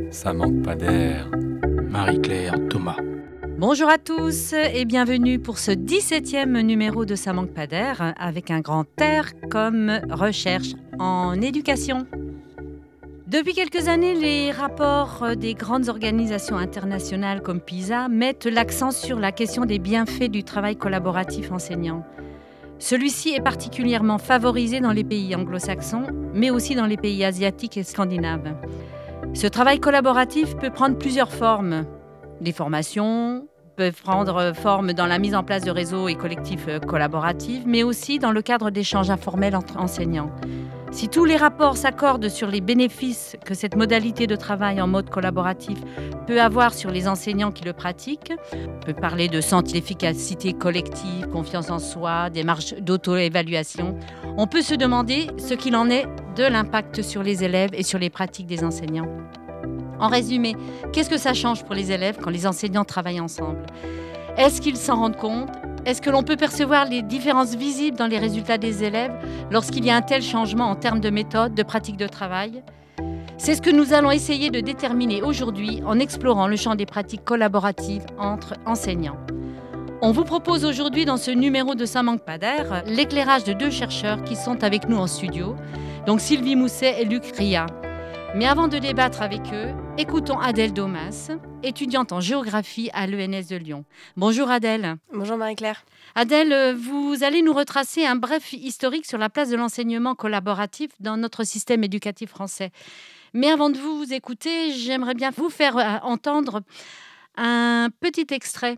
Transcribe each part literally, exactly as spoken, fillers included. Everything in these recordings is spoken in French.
Ça manque pas d'air. Marie-Claire Thomas. Bonjour à tous et bienvenue pour ce dix-septième numéro de Ça manque pas d'air avec un grand R comme recherche en éducation. Depuis quelques années, les rapports des grandes organisations internationales comme PISA mettent l'accent sur la question des bienfaits du travail collaboratif enseignant. Celui-ci est particulièrement favorisé dans les pays anglo-saxons, mais aussi dans les pays asiatiques et scandinaves. Ce travail collaboratif peut prendre plusieurs formes. Les formations peuvent prendre forme dans la mise en place de réseaux et collectifs collaboratifs, mais aussi dans le cadre d'échanges informels entre enseignants. Si tous les rapports s'accordent sur les bénéfices que cette modalité de travail en mode collaboratif peut avoir sur les enseignants qui le pratiquent, on peut parler de sens d'efficacité collective, confiance en soi, démarche d'auto-évaluation, on peut se demander ce qu'il en est de l'impact sur les élèves et sur les pratiques des enseignants. En résumé, qu'est-ce que ça change pour les élèves quand les enseignants travaillent ensemble ? Est-ce qu'ils s'en rendent compte ? Est-ce que l'on peut percevoir les différences visibles dans les résultats des élèves lorsqu'il y a un tel changement en termes de méthode, de pratique de travail ? C'est ce que nous allons essayer de déterminer aujourd'hui en explorant le champ des pratiques collaboratives entre enseignants. On vous propose aujourd'hui dans ce numéro de Ça manque pas d'air l'éclairage de deux chercheurs qui sont avec nous en studio, donc Sylvie Mousset et Luc Ria. Mais avant de débattre avec eux, écoutons Adèle Daumas, étudiante en géographie à l'E N S de Lyon. Bonjour Adèle. Bonjour Marie-Claire. Adèle, vous allez nous retracer un bref historique sur la place de l'enseignement collaboratif dans notre système éducatif français. Mais avant de vous écouter, j'aimerais bien vous faire entendre un petit extrait.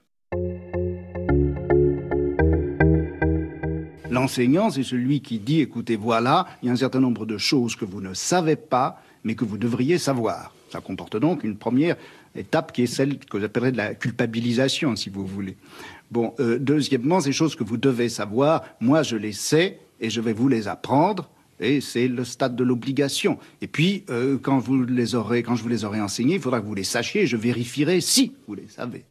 L'enseignant, c'est celui qui dit, écoutez, voilà, il y a un certain nombre de choses que vous ne savez pas, mais que vous devriez savoir. Ça comporte donc une première étape qui est celle que j'appellerais de la culpabilisation, si vous voulez. Bon, euh, deuxièmement, ces choses que vous devez savoir, moi je les sais et je vais vous les apprendre, et c'est le stade de l'obligation. Et puis, euh, quand vous les aurez, quand je vous les aurai enseignés, il faudra que vous les sachiez et je vérifierai si vous les savez.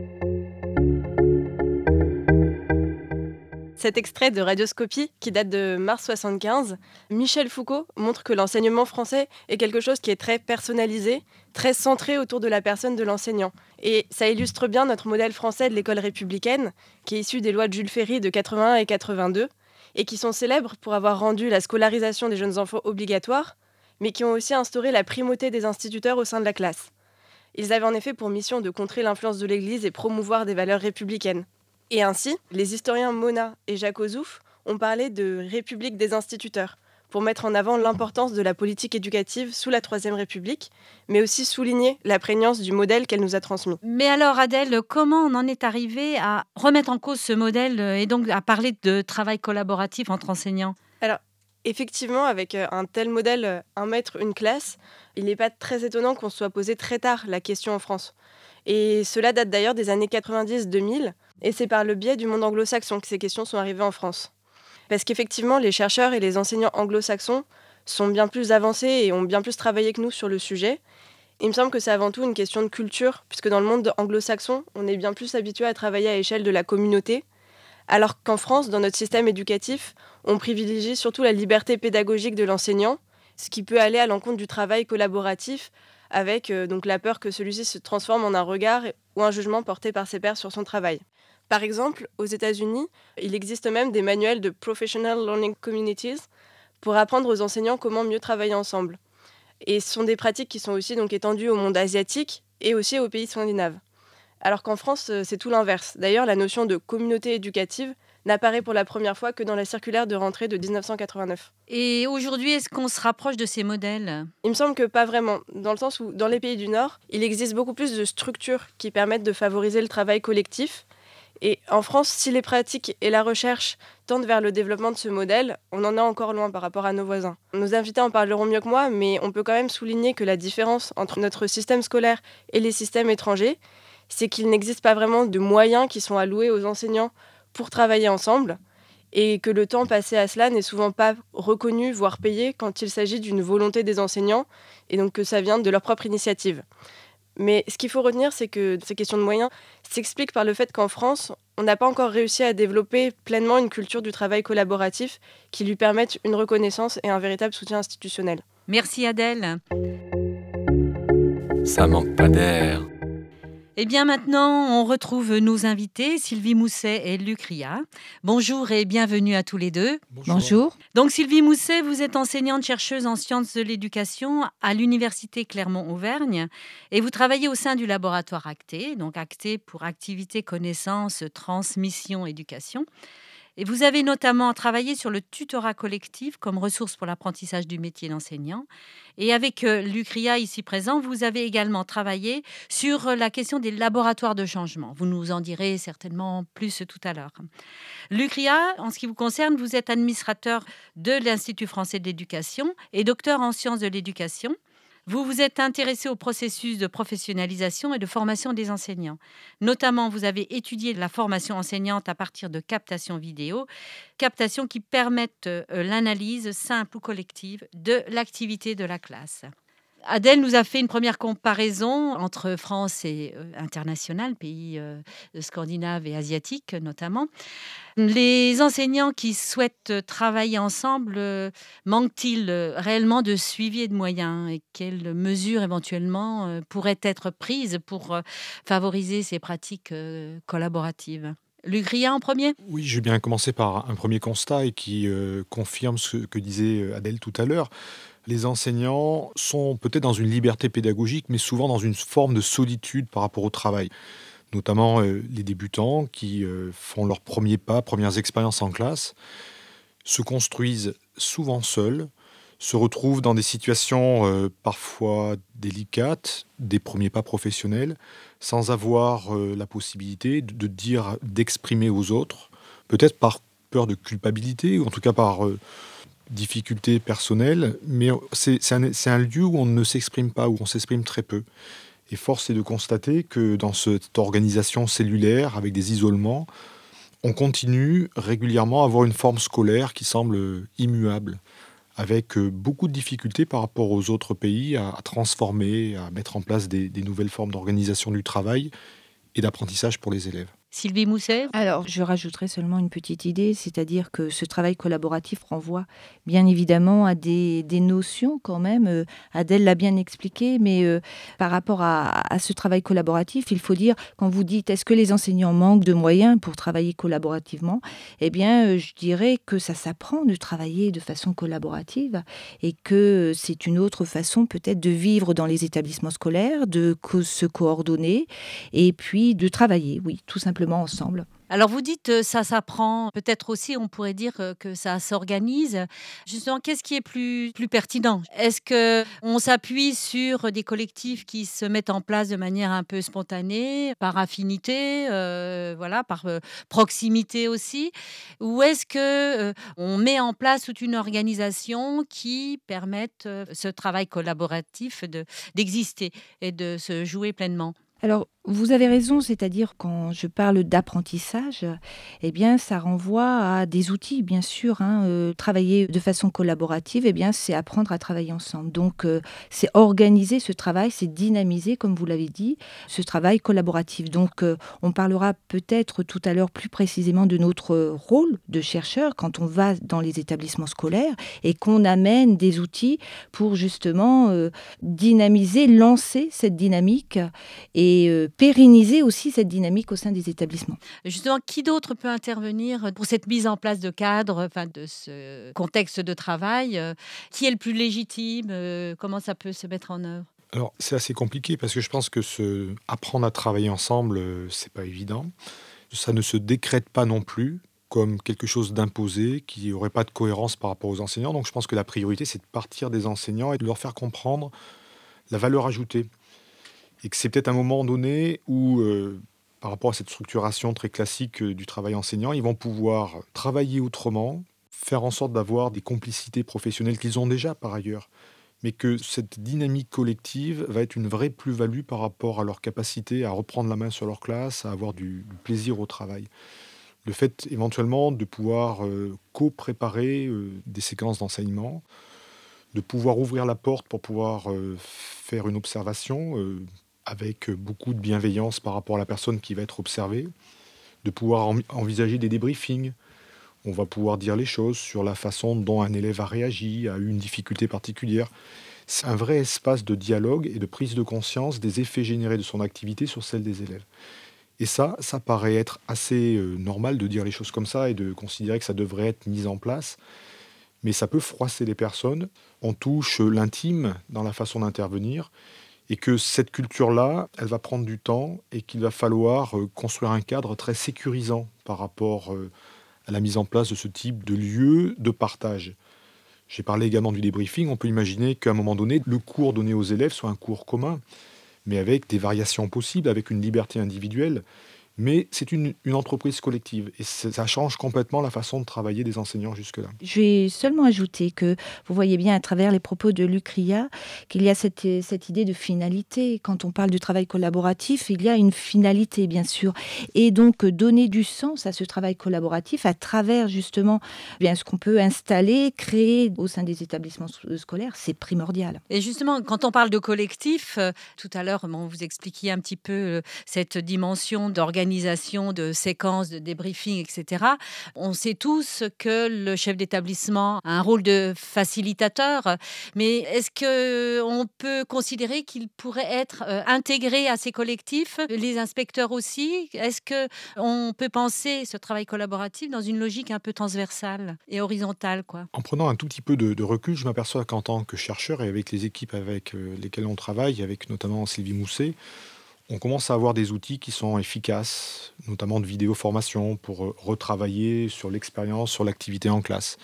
Cet extrait de Radioscopie, qui date de mars soixante-quinze, Michel Foucault montre que l'enseignement français est quelque chose qui est très personnalisé, très centré autour de la personne de l'enseignant. Et ça illustre bien notre modèle français de l'école républicaine, qui est issu des lois de Jules Ferry de quatre-vingt-un et quatre-vingt-deux, et qui sont célèbres pour avoir rendu la scolarisation des jeunes enfants obligatoire, mais qui ont aussi instauré la primauté des instituteurs au sein de la classe. Ils avaient en effet pour mission de contrer l'influence de l'Église et promouvoir des valeurs républicaines. Et ainsi, les historiens Mona et Jacques Ozouf ont parlé de République des instituteurs, pour mettre en avant l'importance de la politique éducative sous la Troisième République, mais aussi souligner la prégnance du modèle qu'elle nous a transmis. Mais alors Adèle, comment on en est arrivé à remettre en cause ce modèle et donc à parler de travail collaboratif entre enseignants ? Alors, effectivement, avec un tel modèle, un maître, une classe, il n'est pas très étonnant qu'on se soit posé très tard la question en France. Et cela date d'ailleurs des années quatre-vingt-dix deux mille, et c'est par le biais du monde anglo-saxon que ces questions sont arrivées en France. Parce qu'effectivement, les chercheurs et les enseignants anglo-saxons sont bien plus avancés et ont bien plus travaillé que nous sur le sujet. Il me semble que c'est avant tout une question de culture, puisque dans le monde anglo-saxon, on est bien plus habitué à travailler à l'échelle de la communauté, alors qu'en France, dans notre système éducatif, on privilégie surtout la liberté pédagogique de l'enseignant, ce qui peut aller à l'encontre du travail collaboratif, avec euh, donc la peur que celui-ci se transforme en un regard ou un jugement porté par ses pairs sur son travail. Par exemple, aux États-Unis, il existe même des manuels de Professional Learning Communities pour apprendre aux enseignants comment mieux travailler ensemble. Et ce sont des pratiques qui sont aussi donc étendues au monde asiatique et aussi aux pays scandinaves. Alors qu'en France, c'est tout l'inverse. D'ailleurs, la notion de communauté éducative n'apparaît pour la première fois que dans la circulaire de rentrée de dix-neuf cent quatre-vingt-neuf. Et aujourd'hui, est-ce qu'on se rapproche de ces modèles ? Il me semble que pas vraiment, dans le sens où, dans les pays du Nord, il existe beaucoup plus de structures qui permettent de favoriser le travail collectif. Et en France, si les pratiques et la recherche tendent vers le développement de ce modèle, on en est encore loin par rapport à nos voisins. Nos invités en parleront mieux que moi, mais on peut quand même souligner que la différence entre notre système scolaire et les systèmes étrangers, c'est qu'il n'existe pas vraiment de moyens qui sont alloués aux enseignants pour travailler ensemble, et que le temps passé à cela n'est souvent pas reconnu, voire payé, quand il s'agit d'une volonté des enseignants, et donc que ça vient de leur propre initiative. Mais ce qu'il faut retenir, c'est que ces questions de moyens s'expliquent par le fait qu'en France, on n'a pas encore réussi à développer pleinement une culture du travail collaboratif qui lui permette une reconnaissance et un véritable soutien institutionnel. Merci Adèle. Ça manque pas d'air. Eh bien maintenant, on retrouve nos invités, Sylvie Mousset et Luc Ria. Bonjour et bienvenue à tous les deux. Bonjour. Donc Sylvie Mousset, vous êtes enseignante-chercheuse en sciences de l'éducation à l'Université Clermont-Auvergne et vous travaillez au sein du laboratoire ACTE, donc ACTE pour Activité, Connaissance, Transmission, Éducation. Et vous avez notamment travaillé sur le tutorat collectif comme ressource pour l'apprentissage du métier d'enseignant. Et avec euh, Luc Ria, ici présent, vous avez également travaillé sur euh, la question des laboratoires de changement. Vous nous en direz certainement plus tout à l'heure. Luc Ria, en ce qui vous concerne, vous êtes administrateur de l'Institut français de l'éducation et docteur en sciences de l'éducation. Vous vous êtes intéressé au processus de professionnalisation et de formation des enseignants. Notamment, vous avez étudié la formation enseignante à partir de captations vidéo, captations qui permettent euh, l'analyse simple ou collective de l'activité de la classe. Adèle nous a fait une première comparaison entre France et euh, international, pays euh, scandinaves et asiatiques notamment. Les enseignants qui souhaitent travailler ensemble, euh, manquent-ils euh, réellement de suivi et de moyens? Et quelles mesures éventuellement euh, pourraient être prises pour euh, favoriser ces pratiques euh, collaboratives? Luc Ria en premier? Oui, je vais bien commencer par un premier constat et qui euh, confirme ce que disait Adèle tout à l'heure. Les enseignants sont peut-être dans une liberté pédagogique, mais souvent dans une forme de solitude par rapport au travail. Notamment euh, les débutants qui euh, font leurs premiers pas, premières expériences en classe, se construisent souvent seuls, se retrouvent dans des situations euh, parfois délicates, des premiers pas professionnels, sans avoir euh, la possibilité de, de dire, d'exprimer aux autres, peut-être par peur de culpabilité, ou en tout cas par euh, difficulté personnelle, mais c'est, c'est, un, c'est un lieu où on ne s'exprime pas, où on s'exprime très peu. Et force est de constater que dans cette organisation cellulaire, avec des isolements, on continue régulièrement à avoir une forme scolaire qui semble immuable, avec beaucoup de difficultés par rapport aux autres pays à, à transformer, à mettre en place des, des nouvelles formes d'organisation du travail et d'apprentissage pour les élèves. Sylvie Mousset? Alors, je rajouterai seulement une petite idée, c'est-à-dire que ce travail collaboratif renvoie bien évidemment à des, des notions quand même. Euh, Adèle l'a bien expliqué, mais euh, par rapport à, à ce travail collaboratif, il faut dire, quand vous dites est-ce que les enseignants manquent de moyens pour travailler collaborativement, eh bien, euh, je dirais que ça s'apprend de travailler de façon collaborative et que c'est une autre façon peut-être de vivre dans les établissements scolaires, de co- se coordonner et puis de travailler, oui, tout simplement ensemble. Alors vous dites euh, ça s'apprend, peut-être aussi on pourrait dire euh, que ça s'organise. Justement, qu'est-ce qui est plus, plus pertinent? Est-ce qu'on s'appuie sur des collectifs qui se mettent en place de manière un peu spontanée, par affinité, euh, voilà, par euh, proximité aussi? Ou est-ce que euh, on met en place toute une organisation qui permette euh, ce travail collaboratif de, d'exister et de se jouer pleinement? Alors, vous avez raison, c'est-à-dire quand je parle d'apprentissage, eh bien, ça renvoie à des outils, bien sûr. Hein, euh, travailler de façon collaborative, eh bien, c'est apprendre à travailler ensemble. Donc, euh, c'est organiser ce travail, c'est dynamiser, comme vous l'avez dit, ce travail collaboratif. Donc, euh, on parlera peut-être tout à l'heure plus précisément de notre rôle de chercheur quand on va dans les établissements scolaires et qu'on amène des outils pour justement euh, dynamiser, lancer cette dynamique et euh, pérenniser aussi cette dynamique au sein des établissements. Justement, qui d'autre peut intervenir pour cette mise en place de cadre, enfin de ce contexte de travail? euh, Qui est le plus légitime? euh, Comment ça peut se mettre en œuvre? Alors, c'est assez compliqué parce que je pense que ce, apprendre à travailler ensemble, euh, c'est pas évident. Ça ne se décrète pas non plus comme quelque chose d'imposé, qui n'aurait pas de cohérence par rapport aux enseignants. Donc, je pense que la priorité, c'est de partir des enseignants et de leur faire comprendre la valeur ajoutée. Et que c'est peut-être un moment donné où, euh, par rapport à cette structuration très classique euh, du travail enseignant, ils vont pouvoir travailler autrement, faire en sorte d'avoir des complicités professionnelles qu'ils ont déjà par ailleurs, mais que cette dynamique collective va être une vraie plus-value par rapport à leur capacité à reprendre la main sur leur classe, à avoir du, du plaisir au travail. Le fait éventuellement de pouvoir euh, co-préparer euh, des séquences d'enseignement, de pouvoir ouvrir la porte pour pouvoir euh, faire une observation euh, avec beaucoup de bienveillance par rapport à la personne qui va être observée, de pouvoir en- envisager des débriefings. On va pouvoir dire les choses sur la façon dont un élève a réagi, a eu une difficulté particulière. C'est un vrai espace de dialogue et de prise de conscience des effets générés de son activité sur celle des élèves. Et ça, ça paraît être assez euh, normal de dire les choses comme ça et de considérer que ça devrait être mis en place. Mais ça peut froisser les personnes. On touche l'intime dans la façon d'intervenir. Et que cette culture-là, elle va prendre du temps et qu'il va falloir euh, construire un cadre très sécurisant par rapport euh, à la mise en place de ce type de lieu de partage. J'ai parlé également du débriefing. On peut imaginer qu'à un moment donné, le cours donné aux élèves soit un cours commun, mais avec des variations possibles, avec une liberté individuelle. Mais c'est une, une entreprise collective et ça change complètement la façon de travailler des enseignants jusque-là. Je vais seulement ajouter que vous voyez bien à travers les propos de Lucria qu'il y a cette, cette idée de finalité. Quand on parle du travail collaboratif, il y a une finalité, bien sûr. Et donc, donner du sens à ce travail collaboratif à travers, justement, bien, ce qu'on peut installer, créer au sein des établissements scolaires, c'est primordial. Et justement, quand on parle de collectif, euh, tout à l'heure, bon, vous expliquiez un petit peu euh, cette dimension d'organisation, de séquences, de débriefing, et cetera. On sait tous que le chef d'établissement a un rôle de facilitateur, mais est-ce qu'on peut considérer qu'il pourrait être euh, intégré à ces collectifs, les inspecteurs aussi? Est-ce qu'on peut penser ce travail collaboratif dans une logique un peu transversale et horizontale, quoi? En prenant un tout petit peu de, de recul, je m'aperçois qu'en tant que chercheur et avec les équipes avec euh, lesquelles on travaille, avec notamment Sylvie Mousset, on commence à avoir des outils qui sont efficaces, notamment de vidéoformation pour retravailler sur l'expérience, sur l'activité en classe.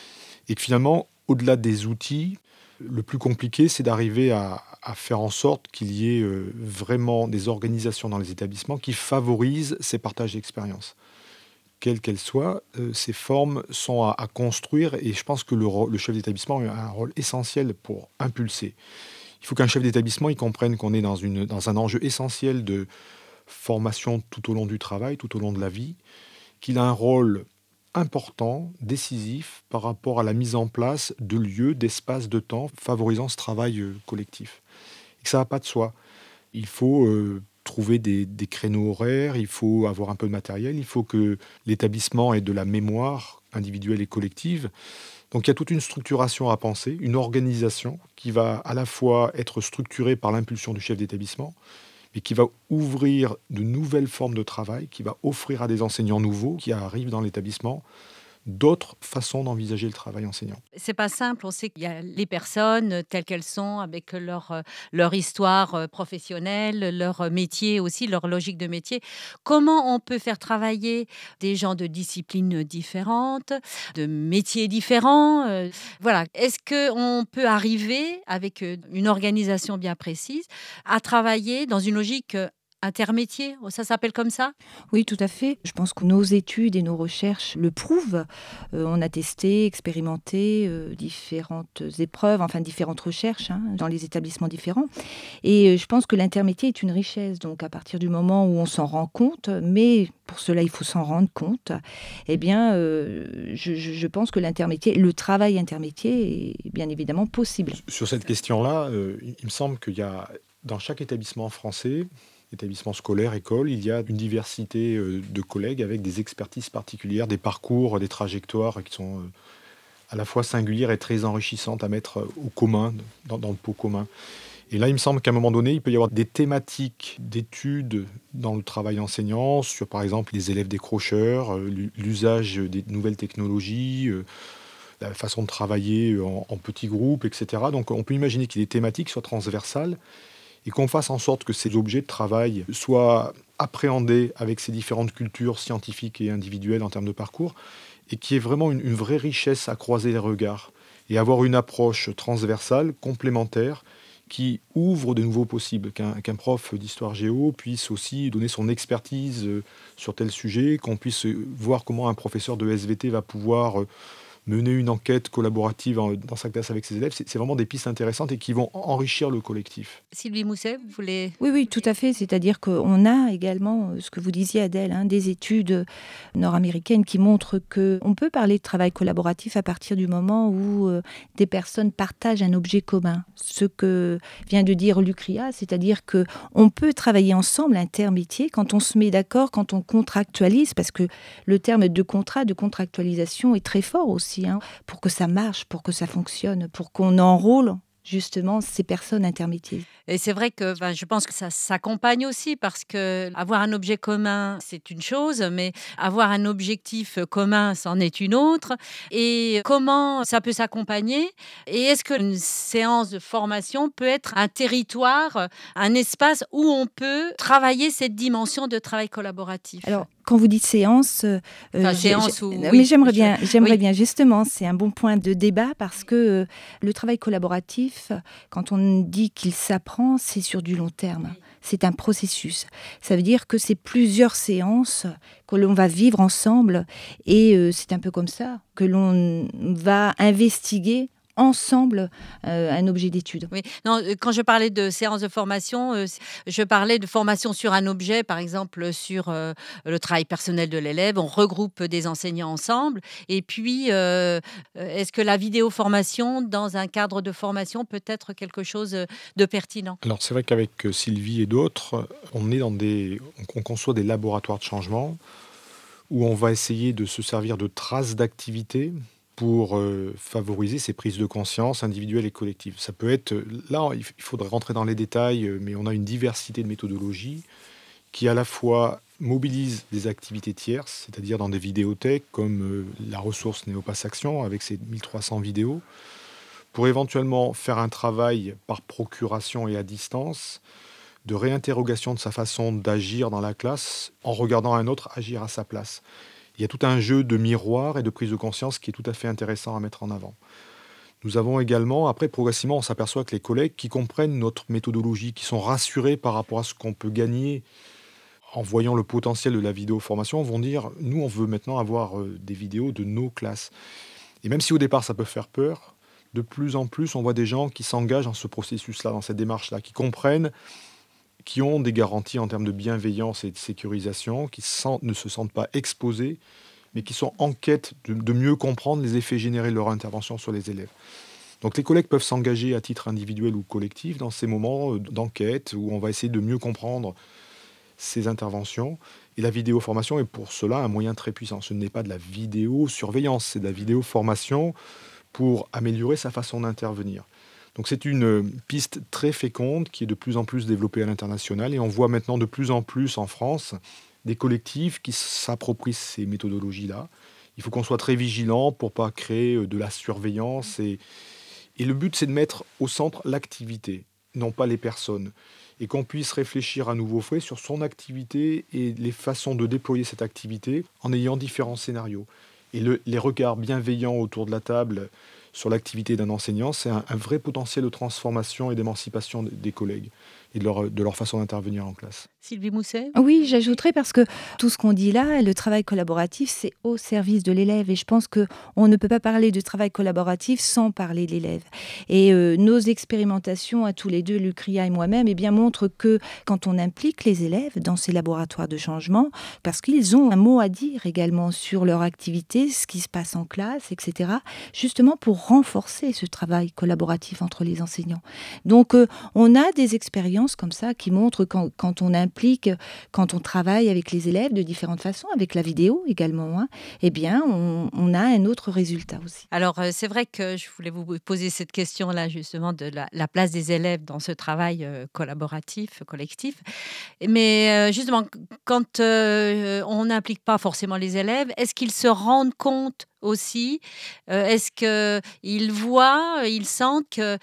Et que finalement, au-delà des outils, le plus compliqué, c'est d'arriver à, à faire en sorte qu'il y ait euh, vraiment des organisations dans les établissements qui favorisent ces partages d'expériences. Quelles qu'elles soient, euh, ces formes sont à, à construire et je pense que le, le chef d'établissement a un rôle essentiel pour impulser. Il faut qu'un chef d'établissement il comprenne qu'on est dans, une, dans un enjeu essentiel de formation tout au long du travail, tout au long de la vie, qu'il a un rôle important, décisif par rapport à la mise en place de lieux, d'espaces, de temps favorisant ce travail euh, collectif. Et que ça ne va pas de soi. Il faut euh, trouver des, des créneaux horaires, il faut avoir un peu de matériel, il faut que l'établissement ait de la mémoire individuelle et collective. Donc il y a toute une structuration à penser, une organisation qui va à la fois être structurée par l'impulsion du chef d'établissement, mais qui va ouvrir de nouvelles formes de travail, qui va offrir à des enseignants nouveaux qui arrivent dans l'établissement d'autres façons d'envisager le travail enseignant. C'est pas simple, on sait qu'il y a les personnes telles qu'elles sont, avec leur, leur histoire professionnelle, leur métier aussi, leur logique de métier. Comment on peut faire travailler des gens de disciplines différentes, de métiers différents, euh, voilà. Est-ce qu'on peut arriver, avec une organisation bien précise, à travailler dans une logique intermétier, ça s'appelle comme ça? Oui, tout à fait. Je pense que nos études et nos recherches le prouvent. Euh, on a testé, expérimenté euh, différentes épreuves, enfin différentes recherches hein, dans les établissements différents. Et euh, je pense que l'intermétier est une richesse. Donc à partir du moment où on s'en rend compte, mais pour cela il faut s'en rendre compte, eh bien euh, je, je pense que l'intermétier, le travail intermétier est bien évidemment possible. Sur cette question-là, euh, il me semble qu'il y a dans chaque établissement français, établissement scolaire, école, il y a une diversité de collègues avec des expertises particulières, des parcours, des trajectoires qui sont à la fois singulières et très enrichissantes à mettre au commun, dans, dans le pot commun. Et là, il me semble qu'à un moment donné, il peut y avoir des thématiques d'études dans le travail enseignant, sur par exemple les élèves décrocheurs, l'usage des nouvelles technologies, la façon de travailler en, en petits groupes, et cetera. Donc on peut imaginer que les thématiques soient transversales, et qu'on fasse en sorte que ces objets de travail soient appréhendés avec ces différentes cultures scientifiques et individuelles en termes de parcours, et qu'il y ait vraiment une, une vraie richesse à croiser les regards, et avoir une approche transversale, complémentaire, qui ouvre de nouveaux possibles, qu'un, qu'un prof d'histoire géo puisse aussi donner son expertise sur tel sujet, qu'on puisse voir comment un professeur de S V T va pouvoir mener une enquête collaborative dans sa classe avec ses élèves. C'est, c'est vraiment des pistes intéressantes et qui vont enrichir le collectif. Sylvie Mousset, vous voulez... Oui, oui, tout à fait. C'est-à-dire qu'on a également, ce que vous disiez Adèle, hein, des études nord-américaines qui montrent qu'on peut parler de travail collaboratif à partir du moment où euh, des personnes partagent un objet commun. Ce que vient de dire Lucria, c'est-à-dire qu'on peut travailler ensemble, intermétier, quand on se met d'accord, quand on contractualise, parce que le terme de contrat, de contractualisation est très fort aussi, hein, pour que ça marche, pour que ça fonctionne, pour qu'on enrôle justement ces personnes intermédiaires. Et c'est vrai que ben, je pense que ça s'accompagne aussi parce que avoir un objet commun, c'est une chose, mais avoir un objectif commun, c'en est une autre. Et comment ça peut s'accompagner? Et est-ce qu'une séance de formation peut être un territoire, un espace où on peut travailler cette dimension de travail collaboratif? Alors, quand vous dites séance, euh, Enfin, j'ai- séance j'ai- ou- mais oui, j'aimerais je- bien, j'aimerais oui. bien justement, c'est un bon point de débat parce que euh, le travail collaboratif, quand on dit qu'il s'apprend, c'est sur du long terme. C'est un processus. Ça veut dire que c'est plusieurs séances que l'on va vivre ensemble et euh, c'est un peu comme ça que l'on va investiguer ensemble euh, un objet d'étude. Oui, non, euh, quand je parlais de séance de formation, euh, je parlais de formation sur un objet, par exemple sur euh, le travail personnel de l'élève. On regroupe des enseignants ensemble. Et puis, euh, euh, est-ce que la vidéo-formation, dans un cadre de formation, peut être quelque chose de pertinent? Alors c'est vrai qu'avec euh, Sylvie et d'autres, on est dans des, on on conçoit des laboratoires de changement où on va essayer de se servir de traces d'activité pour euh, favoriser ces prises de conscience individuelles et collectives. Ça peut être, euh, là, il f- il faudrait rentrer dans les détails, euh, mais on a une diversité de méthodologies qui à la fois mobilisent des activités tierces, c'est-à-dire dans des vidéothèques comme euh, la ressource Néopass Action avec ses mille trois cents vidéos, pour éventuellement faire un travail par procuration et à distance de réinterrogation de sa façon d'agir dans la classe en regardant un autre agir à sa place. Il y a tout un jeu de miroir et de prise de conscience qui est tout à fait intéressant à mettre en avant. Nous avons également, après progressivement, on s'aperçoit que les collègues qui comprennent notre méthodologie, qui sont rassurés par rapport à ce qu'on peut gagner en voyant le potentiel de la vidéo-formation, vont dire, nous, on veut maintenant avoir euh, des vidéos de nos classes. Et même si au départ, ça peut faire peur, de plus en plus, on voit des gens qui s'engagent dans ce processus-là, dans cette démarche-là, qui comprennent, qui ont des garanties en termes de bienveillance et de sécurisation, qui sentent- ne se sentent pas exposés, mais qui sont en quête de, de mieux comprendre les effets générés de leur intervention sur les élèves. Donc les collègues peuvent s'engager à titre individuel ou collectif dans ces moments euh, d'enquête où on va essayer de mieux comprendre ces interventions. Et la vidéo-formation est pour cela un moyen très puissant. Ce n'est pas de la vidéo-surveillance, c'est de la vidéo-formation pour améliorer sa façon d'intervenir. Donc c'est une euh, piste très féconde qui est de plus en plus développée à l'international et on voit maintenant de plus en plus en France des collectifs qui s'approprient ces méthodologies-là. Il faut qu'on soit très vigilant pour ne pas créer euh, de la surveillance et, et le but c'est de mettre au centre l'activité, non pas les personnes, et qu'on puisse réfléchir à nouveau frais sur son activité et les façons de déployer cette activité en ayant différents scénarios. Et le- les regards bienveillants autour de la table sur l'activité d'un enseignant, c'est un, un vrai potentiel de transformation et d'émancipation des, des collègues et de leur, de leur façon d'intervenir en classe. Sylvie Mousset? Oui, j'ajouterais parce que tout ce qu'on dit là, le travail collaboratif, c'est au service de l'élève. Et je pense qu'on ne peut pas parler de travail collaboratif sans parler de l'élève. Et euh, nos expérimentations à tous les deux, Lucria et moi-même, eh bien, montrent que quand on implique les élèves dans ces laboratoires de changement, parce qu'ils ont un mot à dire également sur leur activité, ce qui se passe en classe, et cetera, justement pour renforcer ce travail collaboratif entre les enseignants. Donc, euh, on a des expériences comme ça qui montrent quand, quand on implique, quand on travaille avec les élèves de différentes façons, avec la vidéo également, hein, eh bien, on, on a un autre résultat aussi. Alors, euh, c'est vrai que je voulais vous poser cette question-là, justement, de la, la place des élèves dans ce travail euh, collaboratif, collectif. Mais euh, justement, quand euh, on n'implique pas forcément les élèves, est-ce qu'ils se rendent compte aussi? Euh, Est-ce qu'ils voient, ils sentent qu'il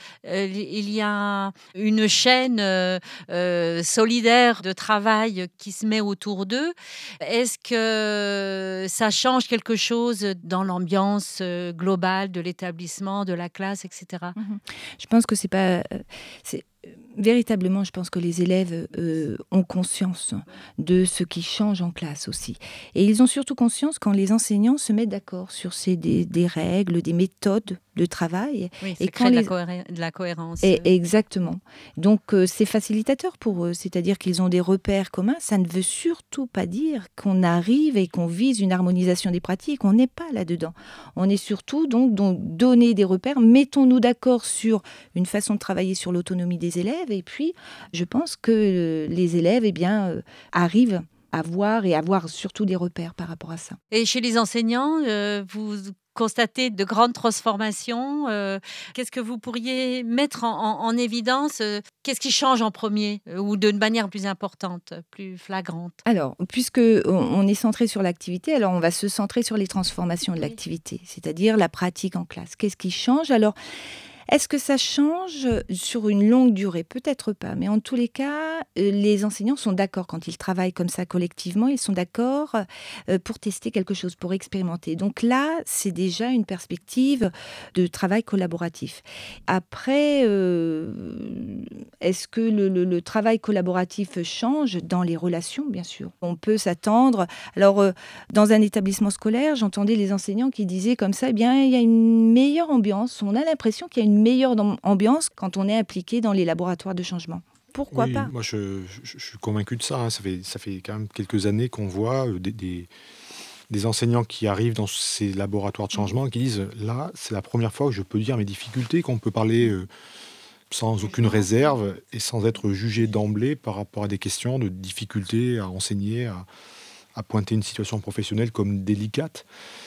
y a une chaîne euh, euh, solidaire de travail qui se met autour d'eux? Est-ce que ça change quelque chose dans l'ambiance euh, globale de l'établissement, de la classe, et cetera? Mhm. Je pense que c'est pas... euh, c'est, euh, véritablement, je pense que les élèves euh, ont conscience de ce qui change en classe aussi. Et ils ont surtout conscience quand les enseignants se mettent d'accord sur ces, des, des règles, des méthodes de travail. Oui, Et ça quand crée de, les- la cohéré- de la cohérence. Et exactement. Donc, euh, c'est facilitateur pour eux, c'est-à-dire qu'ils ont des repères communs. Ça ne veut surtout pas dire qu'on arrive et qu'on vise une harmonisation des pratiques. On n'est pas là-dedans. On est surtout donc, donc donner des repères. Mettons-nous d'accord sur une façon de travailler sur l'autonomie des élèves. Et puis, je pense que euh, les élèves, eh bien, euh, arrivent à voir et à avoir surtout des repères par rapport à ça. Et chez les enseignants, euh, vous constatez de grandes transformations. Euh, qu'est-ce que vous pourriez mettre en, en- en évidence euh, Qu'est-ce qui change en premier euh, ou d'une manière plus importante, plus flagrante? Alors, puisque on on est centré sur l'activité, alors on va se centrer sur les transformations de Oui. l'activité, c'est-à-dire la pratique en classe. Qu'est-ce qui change? Alors, est-ce que ça change sur une longue durée? Peut-être pas, mais en tous les cas, euh, les enseignants sont d'accord quand ils travaillent comme ça collectivement, ils sont d'accord euh, pour tester quelque chose, pour expérimenter. Donc là, c'est déjà une perspective de travail collaboratif. Après, euh, est-ce que le, le- le travail collaboratif change dans les relations? Bien sûr. On peut s'attendre. Alors, euh, dans un établissement scolaire, j'entendais les enseignants qui disaient comme ça, eh bien, il y a une meilleure ambiance. On a l'impression qu'il y a une meilleure dam- ambiance quand on est impliqué dans les laboratoires de changement. Pourquoi Oui, pas? moi je, je- je suis convaincu de ça, hein. Ça fait, ça fait quand même quelques années qu'on voit euh, des, des- des enseignants qui arrivent dans ces laboratoires de changement et qui disent là, c'est la première fois que je peux dire mes difficultés, qu'on peut parler euh, sans aucune réserve et sans être jugé d'emblée par rapport à des questions de difficultés à enseigner, à, à pointer une situation professionnelle comme délicate.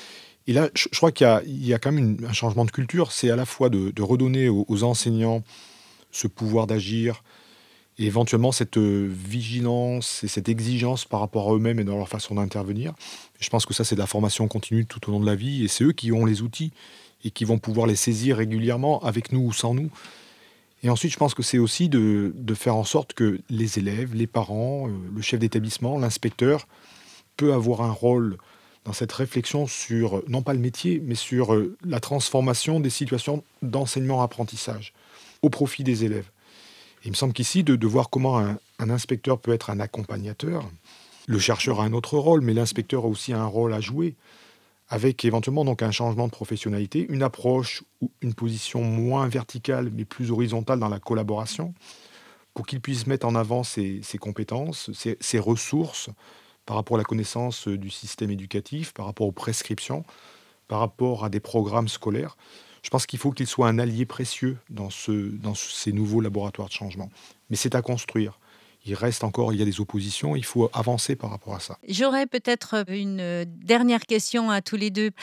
Et là, je, je crois qu'il y a, il y a quand même une- un changement de culture. C'est à la fois de, de redonner aux, aux enseignants ce pouvoir d'agir et éventuellement cette euh, vigilance et cette exigence par rapport à eux-mêmes et dans leur façon d'intervenir. Je pense que ça, c'est de la formation continue tout au long de la vie et c'est eux qui ont les outils et qui vont pouvoir les saisir régulièrement avec nous ou sans nous. Et ensuite, je pense que c'est aussi de, de faire en sorte que les élèves, les parents, euh, le chef d'établissement, l'inspecteur peut avoir un rôle dans cette réflexion sur, euh, non pas le métier, mais sur euh, la transformation des situations d'enseignement-apprentissage au profit des élèves. Et il me semble qu'ici, de, de voir comment un, un inspecteur peut être un accompagnateur, le chercheur a un autre rôle, mais l'inspecteur a aussi un rôle à jouer, avec éventuellement donc un changement de professionnalité, une approche ou une position moins verticale, mais plus horizontale dans la collaboration, pour qu'il puisse mettre en avant ses, ses compétences, ses, ses ressources par rapport à la connaissance du système éducatif, par rapport aux prescriptions, par rapport à des programmes scolaires. Je pense qu'il faut qu'il soit un allié précieux dans, ce, dans ces nouveaux laboratoires de changement. Mais c'est à construire. Il reste encore, il y a des oppositions, il faut avancer par rapport à ça. J'aurais peut-être une euh, dernière question à tous les deux.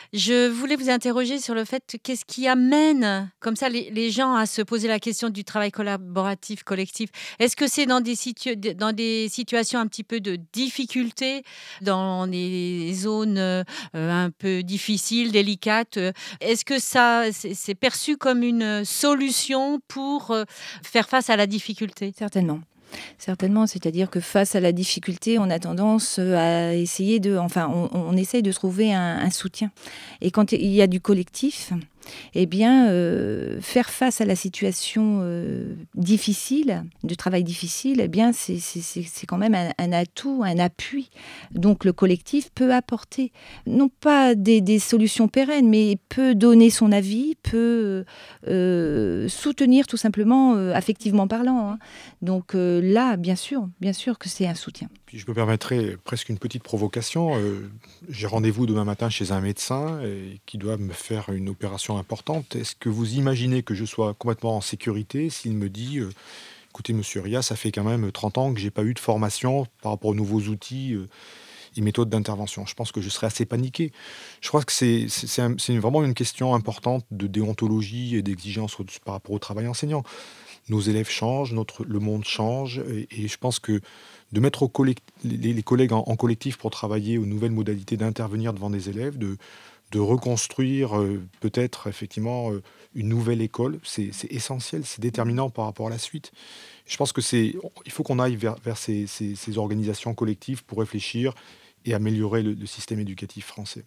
Je voulais vous interroger sur le fait, qu'est-ce qui amène comme ça les, les gens à se poser la question du travail collaboratif, collectif? Est-ce que c'est dans des, situ- dans des situations un petit peu de difficulté, dans des zones euh, un peu difficiles, délicates? euh, Est-ce que ça, c'est c'est perçu comme une solution pour euh, faire face à la difficulté? Certainement. Certainement, c'est-à-dire que face à la difficulté, on a tendance euh, à essayer de, enfin, on, on essaye de trouver un, un soutien. Et quand il y a du collectif, eh bien, euh, faire face à la situation euh, difficile, de travail difficile, eh bien, c'est, c'est, c'est, c'est quand même un, un atout, un appui. Donc, le collectif peut apporter, non pas des, des solutions pérennes, mais peut donner son avis, peut euh, soutenir tout simplement, euh, affectivement parlant, hein. Donc euh, là, bien sûr, bien sûr que c'est un soutien. Puis je me permettrai presque une petite provocation. Euh, j'ai rendez-vous demain matin chez un médecin et qui doit me faire une opération importante. Est-ce que vous imaginez que je sois complètement en sécurité s'il me dit euh, écoutez, monsieur Ria, ça fait quand même trente ans que j'ai pas eu de formation par rapport aux nouveaux outils euh, et méthodes d'intervention. Je pense que je serais assez paniqué. Je crois que c'est, c'est, c'est, un- c'est une- vraiment une question importante de déontologie et d'exigence au- par rapport au travail enseignant. Nos élèves changent, notre, le monde change, et, et je pense que de mettre au collect- les, les collègues en, en collectif pour travailler aux nouvelles modalités d'intervenir devant des élèves, de, de reconstruire euh, peut-être effectivement euh, une nouvelle école, c'est, c'est essentiel, c'est déterminant par rapport à la suite. Je pense que c'est, il faut qu'on aille vers, vers ces, ces- ces organisations collectives pour réfléchir et améliorer le, le système éducatif français.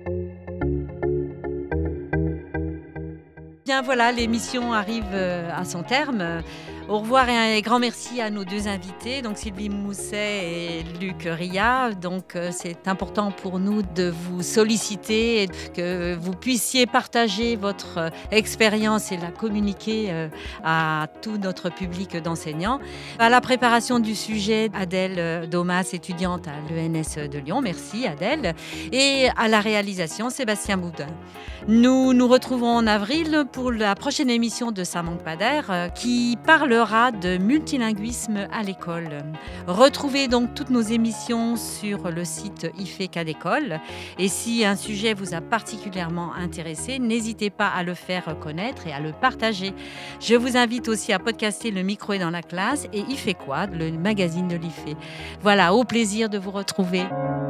Bien voilà, l'émission arrive euh, à son terme. Euh, Au revoir et un grand merci à nos deux invités, donc Sylvie Mousset et Luc Ria. Donc euh, c'est important pour nous de vous solliciter et que vous puissiez partager votre euh, expérience et la communiquer euh, à tout notre public d'enseignants. À la préparation du sujet, Adèle euh, Domas, étudiante à l'E N S de Lyon. Merci Adèle. Et à la réalisation, Sébastien Boudin. Nous nous retrouvons en avril pour la prochaine émission de Ça manque pas d'air euh, qui parlera parlera de multilinguisme à l'école. Retrouvez donc toutes nos émissions sur le site I F E Cas d'école. Et si un sujet vous a particulièrement intéressé, n'hésitez pas à le faire connaître et à le partager. Je vous invite aussi à podcaster Le micro est dans la classe et I F E Quad, le magazine de l'I F E. Voilà, au plaisir de vous retrouver.